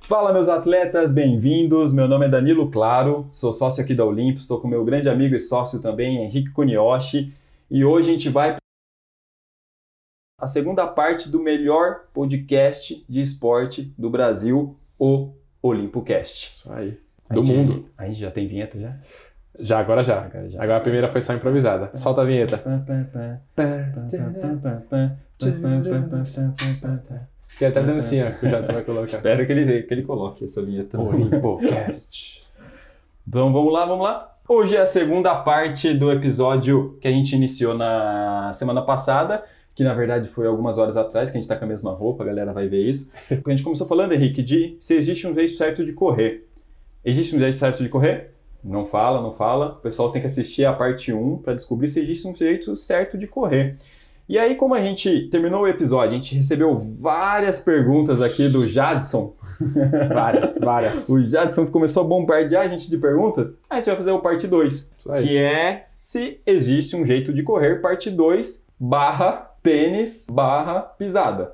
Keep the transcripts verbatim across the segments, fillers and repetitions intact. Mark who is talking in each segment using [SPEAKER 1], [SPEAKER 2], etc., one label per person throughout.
[SPEAKER 1] Fala, meus atletas, bem-vindos. Meu nome é Danilo Claro, sou sócio aqui da Olympus, estou com meu grande amigo e sócio também, Henrique Kuniyoshi, e hoje a gente vai a segunda parte do melhor podcast de esporte do Brasil, o OlimpoCast.
[SPEAKER 2] Isso aí.
[SPEAKER 1] A
[SPEAKER 2] Do
[SPEAKER 1] gente,
[SPEAKER 2] mundo.
[SPEAKER 1] A gente já tem vinheta já?
[SPEAKER 2] Já, agora já.
[SPEAKER 1] Agora já.
[SPEAKER 2] Agora a primeira foi só improvisada. Solta a vinheta. Fiquei até dando assim, ó, que o Jadson vai colocar.
[SPEAKER 1] Espero que ele, que ele coloque essa vinheta.
[SPEAKER 2] OlimpoCast.
[SPEAKER 1] Então vamos lá, vamos lá. Hoje é a segunda parte do episódio que a gente iniciou na semana passada, que na verdade foi algumas horas atrás, que a gente tá com a mesma roupa, a galera vai ver isso. A gente começou falando, Henrique, de se existe um jeito certo de correr. Existe um jeito certo de correr? Não fala, não fala. O pessoal tem que assistir a parte um para descobrir se existe um jeito certo de correr. E aí, como a gente terminou o episódio, a gente recebeu várias perguntas aqui do Jadson.
[SPEAKER 2] Várias, várias.
[SPEAKER 1] O Jadson começou a bombardear a gente de perguntas. A gente vai fazer o parte dois, que é se existe um jeito de correr, parte dois, barra tênis, barra pisada.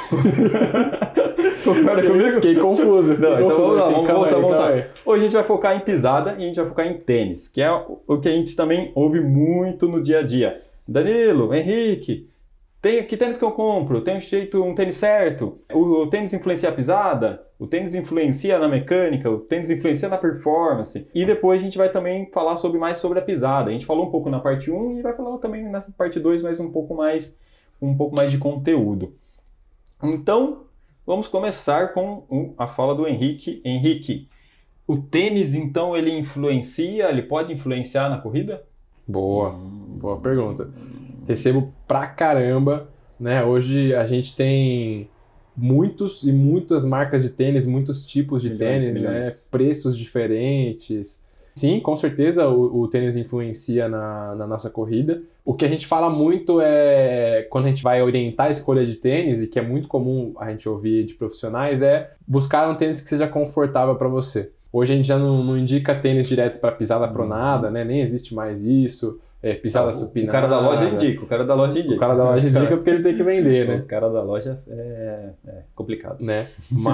[SPEAKER 1] Concorda comigo?
[SPEAKER 2] Fiquei confuso.
[SPEAKER 1] Não, então
[SPEAKER 2] confuso.
[SPEAKER 1] vamos lá, vamos
[SPEAKER 2] Calma
[SPEAKER 1] voltar,
[SPEAKER 2] aí,
[SPEAKER 1] voltar.
[SPEAKER 2] calma aí.
[SPEAKER 1] Hoje a gente vai focar em pisada e a gente vai focar em tênis, que é o que a gente também ouve muito no dia a dia. Danilo, Henrique, tem, que tênis que eu compro? Tem um jeito, um tênis certo? O, o tênis influencia a pisada? O tênis influencia na mecânica? O tênis influencia na performance? E depois a gente vai também falar sobre, mais sobre a pisada. A gente falou um pouco na parte um e vai falar também nessa parte dois, mas um pouco mais, um pouco mais de conteúdo. Então, vamos começar com a fala do Henrique. Henrique, o tênis, então, ele influencia, ele pode influenciar na corrida?
[SPEAKER 2] Boa, boa pergunta. Recebo pra caramba, né? Hoje a gente tem muitos e muitas marcas de tênis, muitos tipos de
[SPEAKER 1] Milhões,
[SPEAKER 2] tênis,
[SPEAKER 1] milhões.
[SPEAKER 2] né? Preços diferentes. Sim, com certeza o, o tênis influencia na, na nossa corrida. O que a gente fala muito é, quando a gente vai orientar a escolha de tênis, e que é muito comum a gente ouvir de profissionais, é buscar um tênis que seja confortável para você. Hoje a gente já não, não indica tênis direto para pisada pronada, né? Nem existe mais isso. É, pisada supinada.
[SPEAKER 1] O cara da loja indica, o cara da loja indica.
[SPEAKER 2] O cara da loja indica porque ele tem que vender, né?
[SPEAKER 1] O cara da loja é, é complicado.
[SPEAKER 2] Né?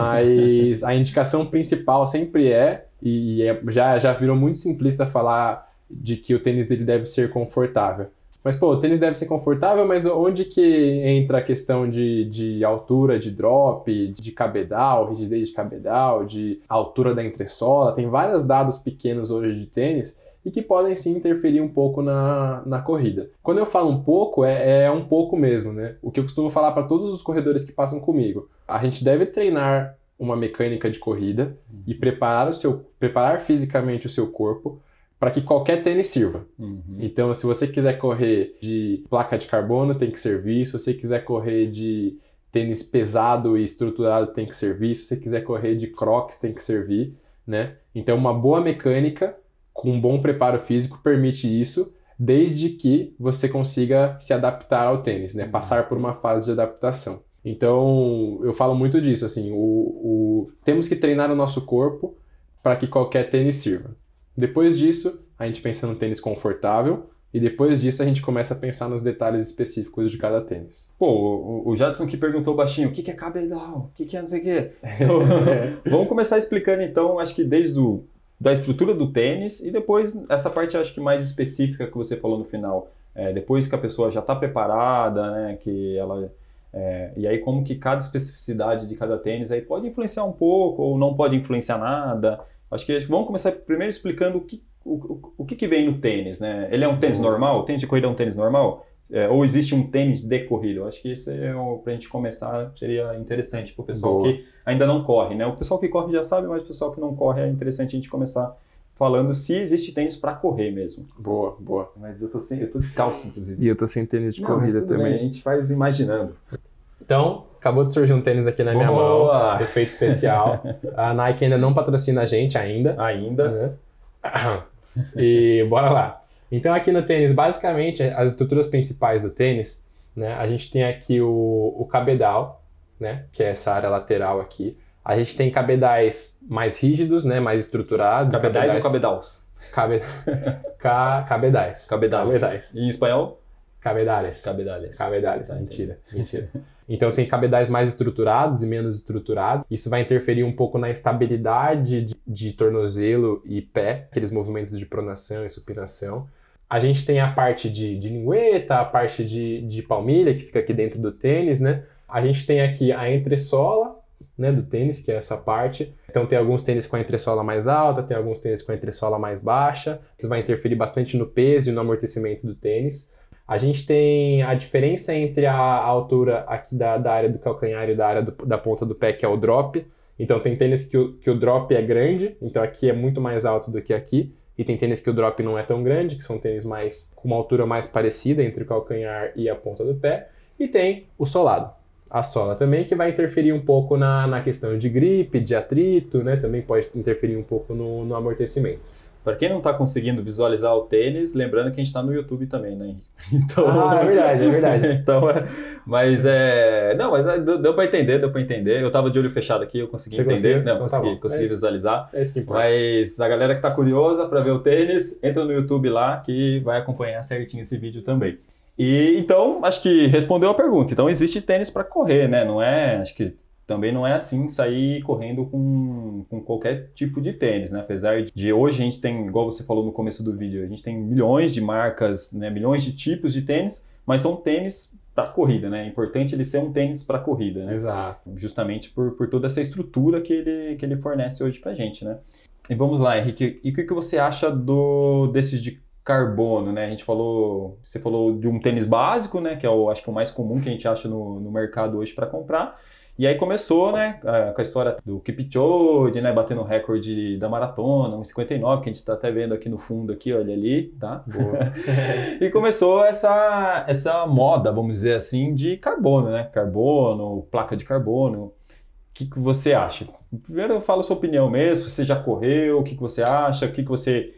[SPEAKER 2] Mas a indicação principal sempre é, e é, já, já virou muito simplista falar de que o tênis dele deve ser confortável. Mas, pô, o tênis deve ser confortável, mas onde que entra a questão de, de altura de drop, de cabedal, rigidez de cabedal, de altura da entressola? Tem vários dados pequenos hoje de tênis e que podem sim interferir um pouco na, na corrida. Quando eu falo um pouco, é, é um pouco mesmo, né? O que eu costumo falar para todos os corredores que passam comigo. A gente deve treinar uma mecânica de corrida e preparar, o seu, preparar fisicamente o seu corpo para que qualquer tênis sirva.
[SPEAKER 1] Uhum.
[SPEAKER 2] Então, se você quiser correr de placa de carbono, tem que servir. Se você quiser correr de tênis pesado e estruturado, tem que servir. Se você quiser correr de crocs, tem que servir, né? Então, uma boa mecânica com um bom preparo físico permite isso, desde que você consiga se adaptar ao tênis, né? Passar por uma fase de adaptação. Então, eu falo muito disso, assim, o, o... temos que treinar o nosso corpo para que qualquer tênis sirva. Depois disso, a gente pensa no tênis confortável e depois disso a gente começa a pensar nos detalhes específicos de cada tênis.
[SPEAKER 1] Pô, o, o Jadson que perguntou baixinho, o que, que é cabedal? O que, que é não sei o quê? Então, vamos começar explicando então, acho que desde o, da estrutura do tênis e depois essa parte acho que mais específica que você falou no final. É, depois que a pessoa já está preparada, né, que ela... É, e aí como que cada especificidade de cada tênis aí pode influenciar um pouco ou não pode influenciar nada. Acho que vamos começar primeiro explicando o que, o, o, o que, que vem no tênis, né? Ele é um tênis normal? O tênis de corrida é um tênis normal? É, ou existe um tênis de corrida? Eu acho que isso é, pra gente começar, seria interessante pro pessoal
[SPEAKER 2] Boa.
[SPEAKER 1] que ainda não corre, né? O pessoal que corre já sabe, mas o pessoal que não corre é interessante a gente começar falando se existe tênis para correr mesmo.
[SPEAKER 2] Boa, boa.
[SPEAKER 1] Mas eu tô, sem, eu tô descalço, inclusive.
[SPEAKER 2] E eu tô sem tênis de
[SPEAKER 1] Não, mas
[SPEAKER 2] corrida
[SPEAKER 1] tudo
[SPEAKER 2] também.
[SPEAKER 1] bem, a gente faz imaginando.
[SPEAKER 2] Então, acabou de surgir um tênis aqui na minha
[SPEAKER 1] Boa!
[SPEAKER 2] mão, efeito especial. A Nike ainda não patrocina a gente ainda.
[SPEAKER 1] Ainda.
[SPEAKER 2] Né? E bora lá. Então aqui no tênis, basicamente, as estruturas principais do tênis, né? A gente tem aqui o, o cabedal, né? Que é essa área lateral aqui. A gente tem cabedais mais rígidos, né? Mais estruturados.
[SPEAKER 1] Cabedais ou cabedaus?
[SPEAKER 2] Cabe... Ca... Cabedais.
[SPEAKER 1] Cabedais.
[SPEAKER 2] Cabedais.
[SPEAKER 1] E em espanhol?
[SPEAKER 2] Cabedales.
[SPEAKER 1] Cabedales.
[SPEAKER 2] Cabedales,
[SPEAKER 1] Tá,
[SPEAKER 2] mentira, mentira. Então tem cabedais mais estruturados e menos estruturados. Isso vai interferir um pouco na estabilidade de, de tornozelo e pé, aqueles movimentos de pronação e supinação. A gente tem a parte de, de lingueta, a parte de, de palmilha, que fica aqui dentro do tênis, né? A gente tem aqui a entressola, né, do tênis, que é essa parte. Então tem alguns tênis com a entressola mais alta, tem alguns tênis com a entressola mais baixa. Isso vai interferir bastante no peso e no amortecimento do tênis. A gente tem a diferença entre a altura aqui da, da área do calcanhar e da área do, da ponta do pé, que é o drop. Então tem tênis que o, que o drop é grande, então aqui é muito mais alto do que aqui. E tem tênis que o drop não é tão grande, que são tênis mais, com uma altura mais parecida entre o calcanhar e a ponta do pé. E tem o solado, a sola também, que vai interferir um pouco na, na questão de gripe, de atrito, né? Também pode interferir um pouco no, no amortecimento.
[SPEAKER 1] Para quem não está conseguindo visualizar o tênis, lembrando que a gente está no YouTube também, né?
[SPEAKER 2] Então... Ah, é verdade, é verdade.
[SPEAKER 1] então, mas é... Não, mas deu, deu para entender, deu para entender. Eu estava de olho fechado aqui, eu consegui
[SPEAKER 2] Você
[SPEAKER 1] entender.
[SPEAKER 2] Conseguiu?
[SPEAKER 1] Não,
[SPEAKER 2] então,
[SPEAKER 1] consegui,
[SPEAKER 2] tá
[SPEAKER 1] consegui
[SPEAKER 2] é
[SPEAKER 1] visualizar.
[SPEAKER 2] É isso que importa.
[SPEAKER 1] Mas a galera que está curiosa para ver o tênis, entra no YouTube lá que vai acompanhar certinho esse vídeo também. E então, acho que respondeu a pergunta. Então, existe tênis para correr, né? Não é... Acho que também não é assim sair correndo com, com qualquer tipo de tênis, né? Apesar de hoje a gente tem, igual você falou no começo do vídeo, a gente tem milhões de marcas, né? Milhões de tipos de tênis, mas são tênis para corrida, né? É importante ele ser um tênis para corrida, né?
[SPEAKER 2] Exato.
[SPEAKER 1] Justamente por, por toda essa estrutura que ele, que ele fornece hoje pra gente, né? E vamos lá, Henrique, e o que, que você acha do, desses de carbono, né? A gente falou, você falou de um tênis básico, né? Que é o, acho que é o mais comum que a gente acha no, no mercado hoje para comprar. E aí começou, né, com a história do Kipchoge, né, batendo o recorde da maratona, um e cinquenta e nove, que a gente está até vendo aqui no fundo, aqui, olha ali, tá?
[SPEAKER 2] Boa.
[SPEAKER 1] E começou essa, essa moda, vamos dizer assim, de carbono, né? Carbono, placa de carbono. O que, que você acha? Primeiro fala a sua opinião mesmo, você já correu, o que, que você acha, o que, que você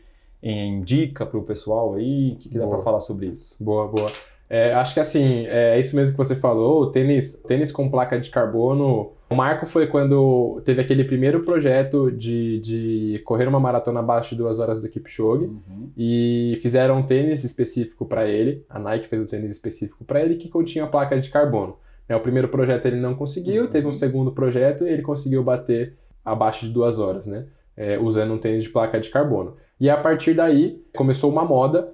[SPEAKER 1] indica para o pessoal aí, o que, que dá para falar sobre isso?
[SPEAKER 2] Boa, boa. É, acho que assim, é isso mesmo que você falou, o tênis, tênis com placa de carbono, o marco foi quando teve aquele primeiro projeto de, de correr uma maratona abaixo de duas horas do Kipchoge, uhum. E fizeram um tênis específico para ele, a Nike fez um tênis específico para ele que continha placa de carbono. É, o primeiro projeto ele não conseguiu, uhum. Teve um segundo projeto e ele conseguiu bater abaixo de duas horas, né? É, usando um tênis de placa de carbono. E a partir daí começou uma moda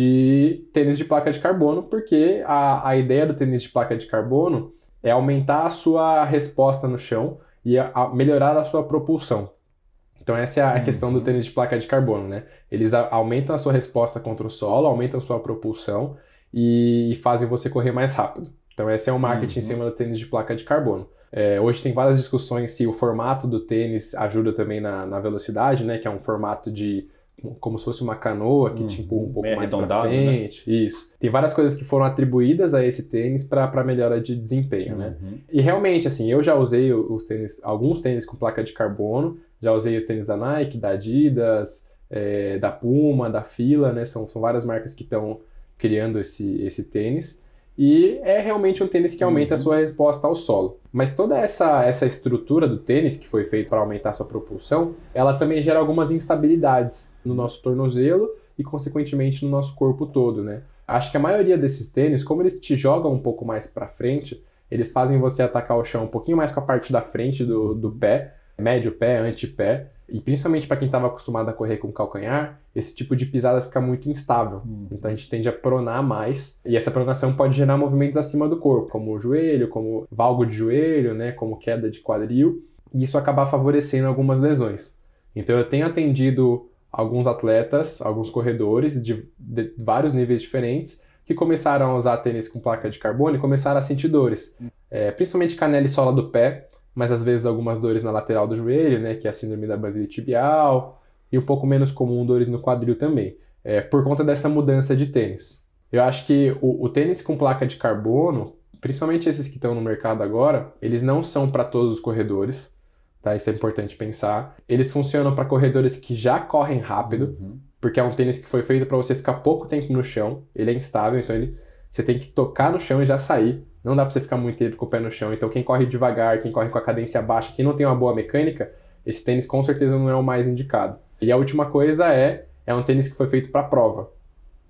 [SPEAKER 2] de tênis de placa de carbono, porque a, a ideia do tênis de placa de carbono é aumentar a sua resposta no chão e a, a melhorar a sua propulsão. Então essa é a uhum. questão do tênis de placa de carbono, né? Eles a, aumentam a sua resposta contra o solo, aumentam a sua propulsão e, e fazem você correr mais rápido. Então esse é o marketing uhum. em cima do tênis de placa de carbono. É, hoje tem várias discussões se o formato do tênis ajuda também na, na velocidade, né? Que é um formato de como se fosse uma canoa que hum, te empurra um pouco mais para frente. Né? Isso. Tem várias coisas que foram atribuídas a esse tênis para melhora de desempenho, uhum. né? E realmente, assim, eu já usei os tênis, alguns tênis com placa de carbono, já usei os tênis da Nike, da Adidas, é, da Puma, da Fila, né? São, são várias marcas que estão criando esse, esse tênis. E é realmente um tênis que aumenta uhum. a sua resposta ao solo. Mas toda essa, essa estrutura do tênis, que foi feita para aumentar a sua propulsão, ela também gera algumas instabilidades no nosso tornozelo e, consequentemente, no nosso corpo todo, né? Acho que a maioria desses tênis, como eles te jogam um pouco mais para frente, eles fazem você atacar o chão um pouquinho mais com a parte da frente do, do pé, médio pé, antepé, e principalmente para quem estava acostumado a correr com calcanhar, esse tipo de pisada fica muito instável. Hum. Então a gente tende a pronar mais, e essa pronação pode gerar movimentos acima do corpo, como o joelho, como valgo de joelho, né, como queda de quadril, e isso acaba favorecendo algumas lesões. Então eu tenho atendido alguns atletas, alguns corredores de, de vários níveis diferentes, que começaram a usar tênis com placa de carbono e começaram a sentir dores, é, principalmente canela e sola do pé, mas às vezes algumas dores na lateral do joelho, né, que é a síndrome da banda tibial, e um pouco menos comum dores no quadril também, é, por conta dessa mudança de tênis. Eu acho que o, o tênis com placa de carbono, principalmente esses que estão no mercado agora, eles não são para todos os corredores, tá? Isso é importante pensar. Eles funcionam para corredores que já correm rápido, uhum. porque é um tênis que foi feito para você ficar pouco tempo no chão, ele é instável, então ele, você tem que tocar no chão e já sair. Não dá pra você ficar muito tempo com o pé no chão. Então quem corre devagar, quem corre com a cadência baixa, quem não tem uma boa mecânica, esse tênis com certeza não é o mais indicado. E a última coisa é, é um tênis que foi feito para prova.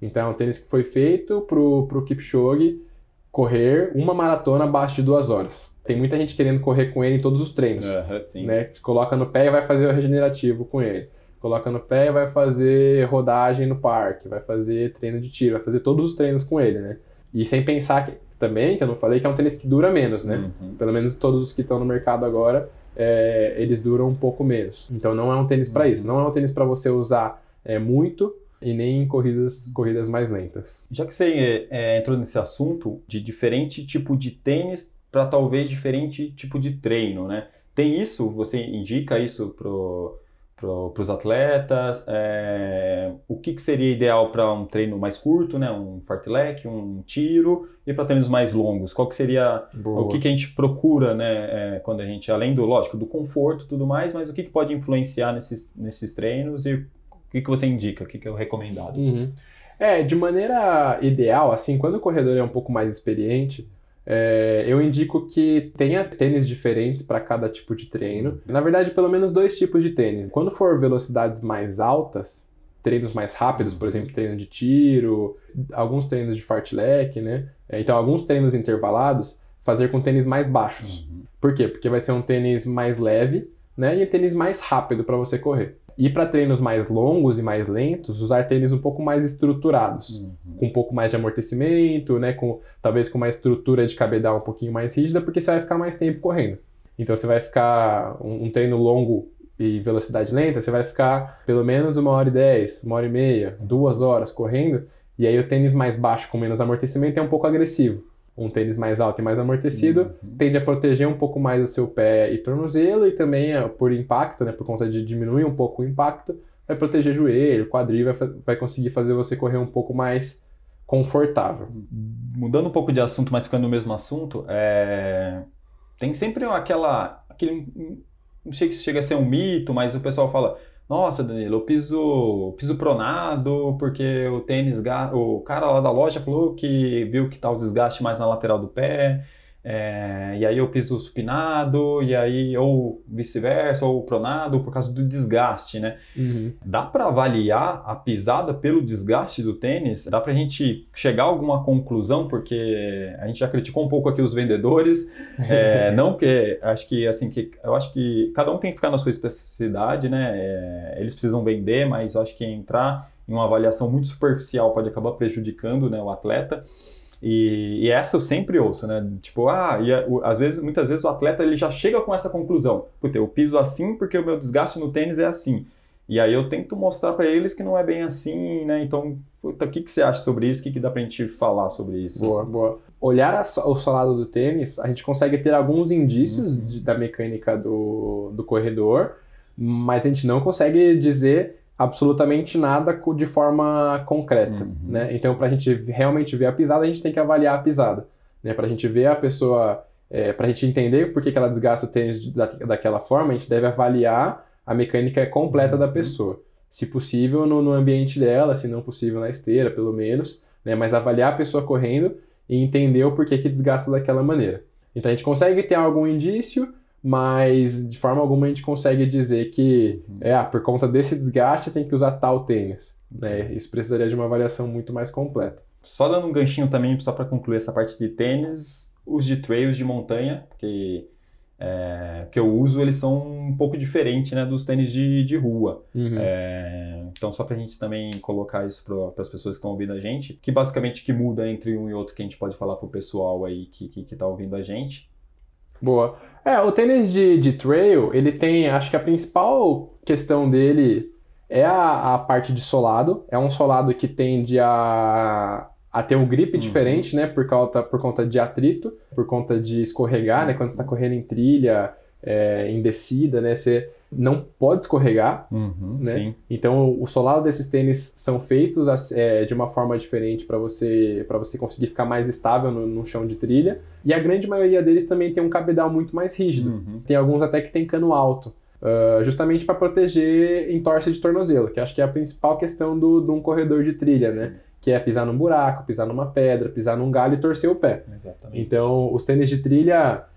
[SPEAKER 2] Então é um tênis que foi feito pro, pro Kipchoge correr uma maratona abaixo de duas horas. Tem muita gente querendo correr com ele em todos os treinos.
[SPEAKER 1] Uhum, sim.
[SPEAKER 2] Né? Coloca no pé e vai fazer o regenerativo com ele. Coloca no pé e vai fazer rodagem no parque, vai fazer treino de tiro, vai fazer todos os treinos com ele, né? E sem pensar que, também, que eu não falei, que é um tênis que dura menos, né? Uhum. Pelo menos todos os que estão no mercado agora, é, eles duram um pouco menos. Então não é um tênis para isso. Não é um tênis para você usar é, muito e nem em corridas, corridas mais lentas.
[SPEAKER 1] Já que você é, entrou nesse assunto de diferente tipo de tênis para talvez diferente tipo de treino, né? Tem isso? Você indica isso pro para os atletas, é, o que, que seria ideal para um treino mais curto, né? Um fartlek, um tiro, e para treinos mais longos? Qual que seria, Boa. o que, que a gente procura, né? É, quando a gente, além do, lógico, do conforto e tudo mais, mas o que, que pode influenciar nesses, nesses treinos e o que, que você indica, o que, que é o recomendado?
[SPEAKER 2] Uhum. É, de maneira ideal, assim, quando o corredor é um pouco mais experiente, É, eu indico que tenha tênis diferentes para cada tipo de treino. Na verdade, pelo menos dois tipos de tênis. Quando for velocidades mais altas, treinos mais rápidos, por exemplo, treino de tiro, alguns treinos de fartlek, né? Então, alguns treinos intervalados, fazer com tênis mais baixos. Uhum. Por quê? Porque vai ser um tênis mais leve, né? E um tênis mais rápido para você correr. E para treinos mais longos e mais lentos, usar tênis um pouco mais estruturados, uhum. com um pouco mais de amortecimento, né, com, talvez com uma estrutura de cabedal um pouquinho mais rígida, porque você vai ficar mais tempo correndo. Então você vai ficar um, um treino longo e velocidade lenta, você vai ficar pelo menos uma hora e dez, uma hora e meia, duas horas correndo, e aí o tênis mais baixo com menos amortecimento é um pouco agressivo. Um tênis mais alto e mais amortecido uhum. tende a proteger um pouco mais o seu pé e tornozelo, e também por impacto, né, por conta de diminuir um pouco o impacto, vai proteger joelho, quadril, vai, vai conseguir fazer você correr um pouco mais confortável.
[SPEAKER 1] Mudando um pouco de assunto, mas ficando no mesmo assunto, é... tem sempre aquela... aquele... não sei se chega a ser um mito, mas o pessoal fala: nossa, Danilo, eu piso, piso pronado porque o tênis, o cara lá da loja falou que viu que tá o desgaste mais na lateral do pé, é, e aí eu piso supinado, e aí, ou vice-versa, ou pronado por causa do desgaste, né? Uhum. Dá para avaliar a pisada pelo desgaste do tênis? Dá pra gente chegar a alguma conclusão? Porque a gente já criticou um pouco aqui os vendedores, é, não porque acho que, assim, que eu acho que cada um tem que ficar na sua especificidade, né? É, eles precisam vender, mas eu acho que entrar em uma avaliação muito superficial pode acabar prejudicando, né, o atleta. E, e essa eu sempre ouço, né? Tipo, ah, e a, o, às vezes, muitas vezes o atleta ele já chega com essa conclusão. Puta, eu piso assim porque o meu desgaste no tênis é assim. E aí eu tento mostrar para eles que não é bem assim, né? Então, puta, o que, que você acha sobre isso? O que, que dá pra gente falar sobre isso?
[SPEAKER 2] Boa, boa. Olhar a, o solado do tênis, a gente consegue ter alguns indícios uhum. de, da mecânica do, do corredor, mas a gente não consegue dizer absolutamente nada de forma concreta, uhum. né? Então, para a gente realmente ver a pisada, a gente tem que avaliar a pisada, né? Para a gente ver a pessoa, é, para a gente entender por que, que ela desgasta o tênis da, daquela forma, a gente deve avaliar a mecânica completa uhum. da pessoa. Se possível, no, no ambiente dela, se não possível, na esteira, pelo menos, né? Mas avaliar a pessoa correndo e entender o porquê que desgasta daquela maneira. Então, a gente consegue ter algum indício, mas de forma alguma a gente consegue dizer que é, ah, por conta desse desgaste tem que usar tal tênis, né? Isso precisaria de uma avaliação muito mais completa.
[SPEAKER 1] Só dando um ganchinho também, só para concluir essa parte de tênis, os de trails de montanha, que, é, que eu uso, eles são um pouco diferentes, né, dos tênis de, de rua. Uhum. É, então, só para a gente também colocar isso para as pessoas que estão ouvindo a gente, que basicamente que muda entre um e outro, que a gente pode falar para o pessoal aí que está que, que tá ouvindo a gente.
[SPEAKER 2] Boa. É, o tênis de, de trail, ele tem, acho que a principal questão dele é a, a parte de solado. É um solado que tende a, a ter um grip uhum. diferente, né, por conta, por conta de atrito, por conta de escorregar, uhum. né, quando você está correndo em trilha, é, em descida, né, você não pode escorregar,
[SPEAKER 1] uhum,
[SPEAKER 2] né?
[SPEAKER 1] Sim.
[SPEAKER 2] Então o solado desses tênis são feitos é, de uma forma diferente para você, para você conseguir ficar mais estável no, no chão de trilha, e a grande maioria deles também tem um cabedal muito mais rígido, uhum. tem alguns até que tem cano alto, uh, justamente para proteger entorse de tornozelo, que acho que é a principal questão do, de um corredor de trilha, sim. né? Que é pisar num buraco, pisar numa pedra, pisar num galho e torcer o pé.
[SPEAKER 1] Exatamente.
[SPEAKER 2] Então os tênis de trilha,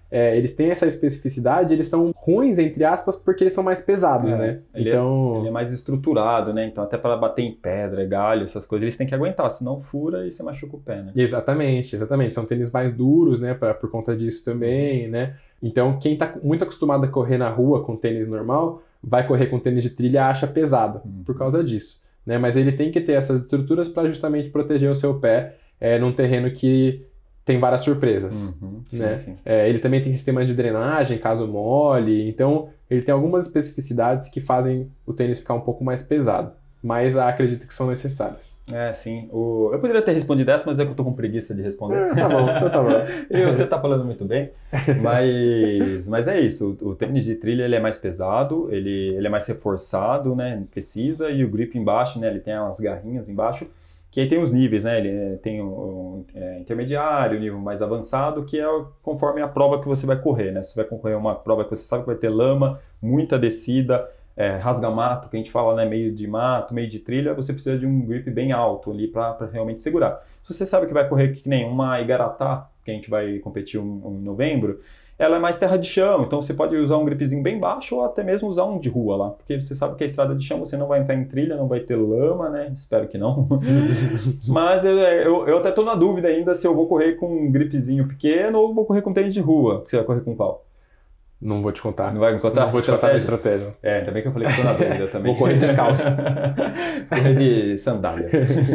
[SPEAKER 2] é, eles têm essa especificidade, eles são ruins, entre aspas, porque eles são mais pesados,
[SPEAKER 1] É,
[SPEAKER 2] né?
[SPEAKER 1] Ele,
[SPEAKER 2] Então,
[SPEAKER 1] é, ele é mais estruturado, né? Então até para bater em pedra, galho, essas coisas, eles têm que aguentar, senão fura e você machuca o pé, né?
[SPEAKER 2] exatamente, exatamente. São tênis mais duros, né? Pra, por conta disso também, né? Então, quem tá muito acostumado a correr na rua com tênis normal, vai correr com tênis de trilha e acha pesado,
[SPEAKER 1] Uhum.
[SPEAKER 2] por causa disso, né? Mas ele tem que ter essas estruturas para justamente proteger o seu pé é, num terreno que tem várias surpresas,
[SPEAKER 1] Uhum, sim,
[SPEAKER 2] né?
[SPEAKER 1] sim.
[SPEAKER 2] É, ele também tem sistema de drenagem, caso molhe, então ele tem algumas especificidades que fazem o tênis ficar um pouco mais pesado, mas acredito que são necessárias.
[SPEAKER 1] É, sim. O... Eu poderia ter respondido essa, mas é que eu tô com preguiça de responder.
[SPEAKER 2] É, tá bom, então tá bom.
[SPEAKER 1] E você tá falando muito bem, mas, mas é isso, o, o tênis de trilha ele é mais pesado, ele, ele é mais reforçado, né, precisa, e o grip embaixo, né, ele tem umas garrinhas embaixo, que aí tem os níveis, né, ele tem o, o é, intermediário, o nível mais avançado, que é conforme a prova que você vai correr, né, se você vai concorrer uma prova que você sabe que vai ter lama, muita descida, é, rasga-mato, que a gente fala, né, meio de mato, meio de trilha, você precisa de um grip bem alto ali para realmente segurar. Se você sabe que vai correr que nem uma Igaratá, que a gente vai competir um, um em novembro, ela é mais terra de chão, então você pode usar um gripzinho bem baixo ou até mesmo usar um de rua lá, porque você sabe que a estrada de chão você não vai entrar em trilha, não vai ter lama, né? Espero que não. Mas eu, eu, eu até tô na dúvida ainda se eu vou correr com um gripzinho pequeno ou vou correr com tênis de rua. Você vai correr com qual?
[SPEAKER 2] Não vou te contar.
[SPEAKER 1] Não vai me contar?
[SPEAKER 2] Não vou te contar a minha estratégia.
[SPEAKER 1] É, também que eu falei que tô na dúvida também.
[SPEAKER 2] Vou correr descalço.
[SPEAKER 1] Correr de sandália.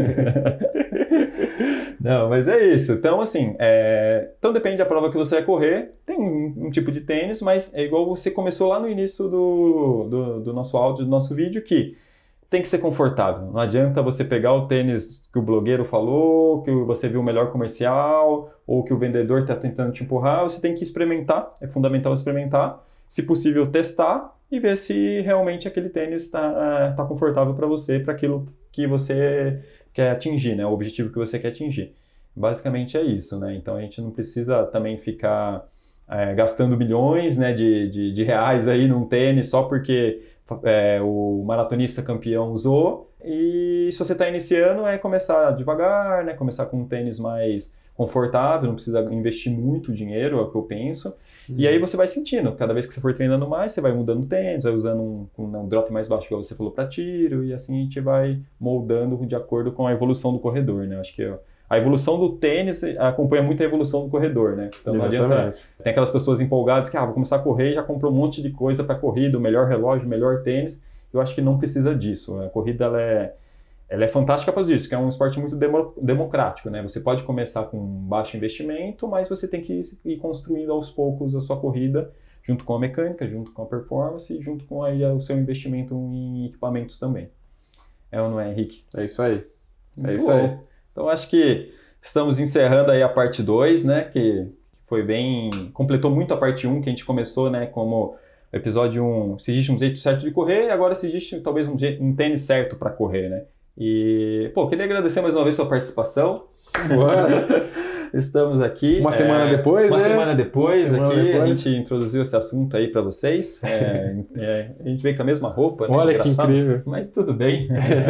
[SPEAKER 1] Não, mas é isso. Então, assim, é... então depende da prova que você vai correr. Tem um, um tipo de tênis, mas é igual você começou lá no início do, do, do nosso áudio, do nosso vídeo, que tem que ser confortável. Não adianta você pegar o tênis que o blogueiro falou, que você viu o melhor comercial, ou que o vendedor está tentando te empurrar. Você tem que experimentar, é fundamental experimentar. Se possível, testar e ver se realmente aquele tênis está tá confortável para você, para aquilo que você quer atingir, né? O objetivo que você quer atingir. Basicamente é isso, né? Então a gente não precisa também ficar é, gastando milhões, né, de, de, de reais aí num tênis só porque é, o maratonista campeão usou. E se você está iniciando, é começar devagar, né? Começar com um tênis mais confortável, não precisa investir muito dinheiro, é o que eu penso. Uhum. E aí você vai sentindo, cada vez que você for treinando mais, você vai mudando o tênis, vai usando um, um drop mais baixo, que você falou, para tiro, e assim a gente vai moldando de acordo com a evolução do corredor, né? Acho que ó, a evolução do tênis acompanha muito a evolução do corredor, né? Então não
[SPEAKER 2] Exatamente.
[SPEAKER 1] adianta... Tem aquelas pessoas empolgadas que, ah, vou começar a correr e já comprou um monte de coisa para corrida, o melhor relógio, o melhor tênis. Eu acho que não precisa disso. A corrida, ela é... Ela é fantástica por causa disso, que é um esporte muito demo, democrático, né? Você pode começar com baixo investimento, mas você tem que ir construindo aos poucos a sua corrida, junto com a mecânica, junto com a performance, junto com aí o seu investimento em equipamentos também. É ou não é, Henrique?
[SPEAKER 2] É isso aí. É
[SPEAKER 1] Muito
[SPEAKER 2] isso
[SPEAKER 1] bom.
[SPEAKER 2] aí.
[SPEAKER 1] Então acho que estamos encerrando aí a parte dois, né? Que foi bem... completou muito a parte um, que a gente começou, né? Como episódio um, se existe um jeito certo de correr, e agora se existe talvez um, jeito, um tênis certo para correr, né? E, pô, queria agradecer mais uma vez sua participação. Estamos aqui.
[SPEAKER 2] Uma é, semana depois,
[SPEAKER 1] Uma
[SPEAKER 2] né?
[SPEAKER 1] semana depois,
[SPEAKER 2] semana
[SPEAKER 1] aqui,
[SPEAKER 2] depois.
[SPEAKER 1] a gente introduziu esse assunto aí para vocês. É, é, a gente veio com a mesma roupa, né?
[SPEAKER 2] Olha
[SPEAKER 1] Engraçado,
[SPEAKER 2] que incrível.
[SPEAKER 1] mas tudo bem.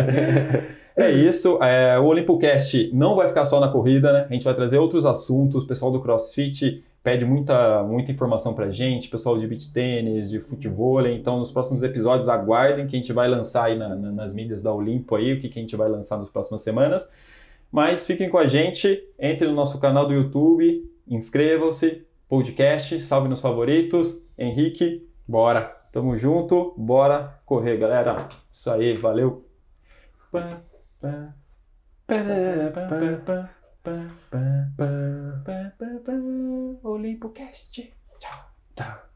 [SPEAKER 1] É isso. É, o OlimpoCast não vai ficar só na corrida, né? A gente vai trazer outros assuntos. O pessoal do CrossFit pede muita, muita informação pra gente, pessoal de beach tênis, de futebol. Então, nos próximos episódios, aguardem que a gente vai lançar aí na, na, nas mídias da Olimpo aí, o que, que a gente vai lançar nas próximas semanas. Mas fiquem com a gente, entrem no nosso canal do YouTube, inscrevam-se, podcast, salve nos favoritos. Henrique,
[SPEAKER 2] bora.
[SPEAKER 1] Tamo junto, bora correr, galera. Isso aí, valeu. OlimpoCast. Tchau.
[SPEAKER 2] Tchau.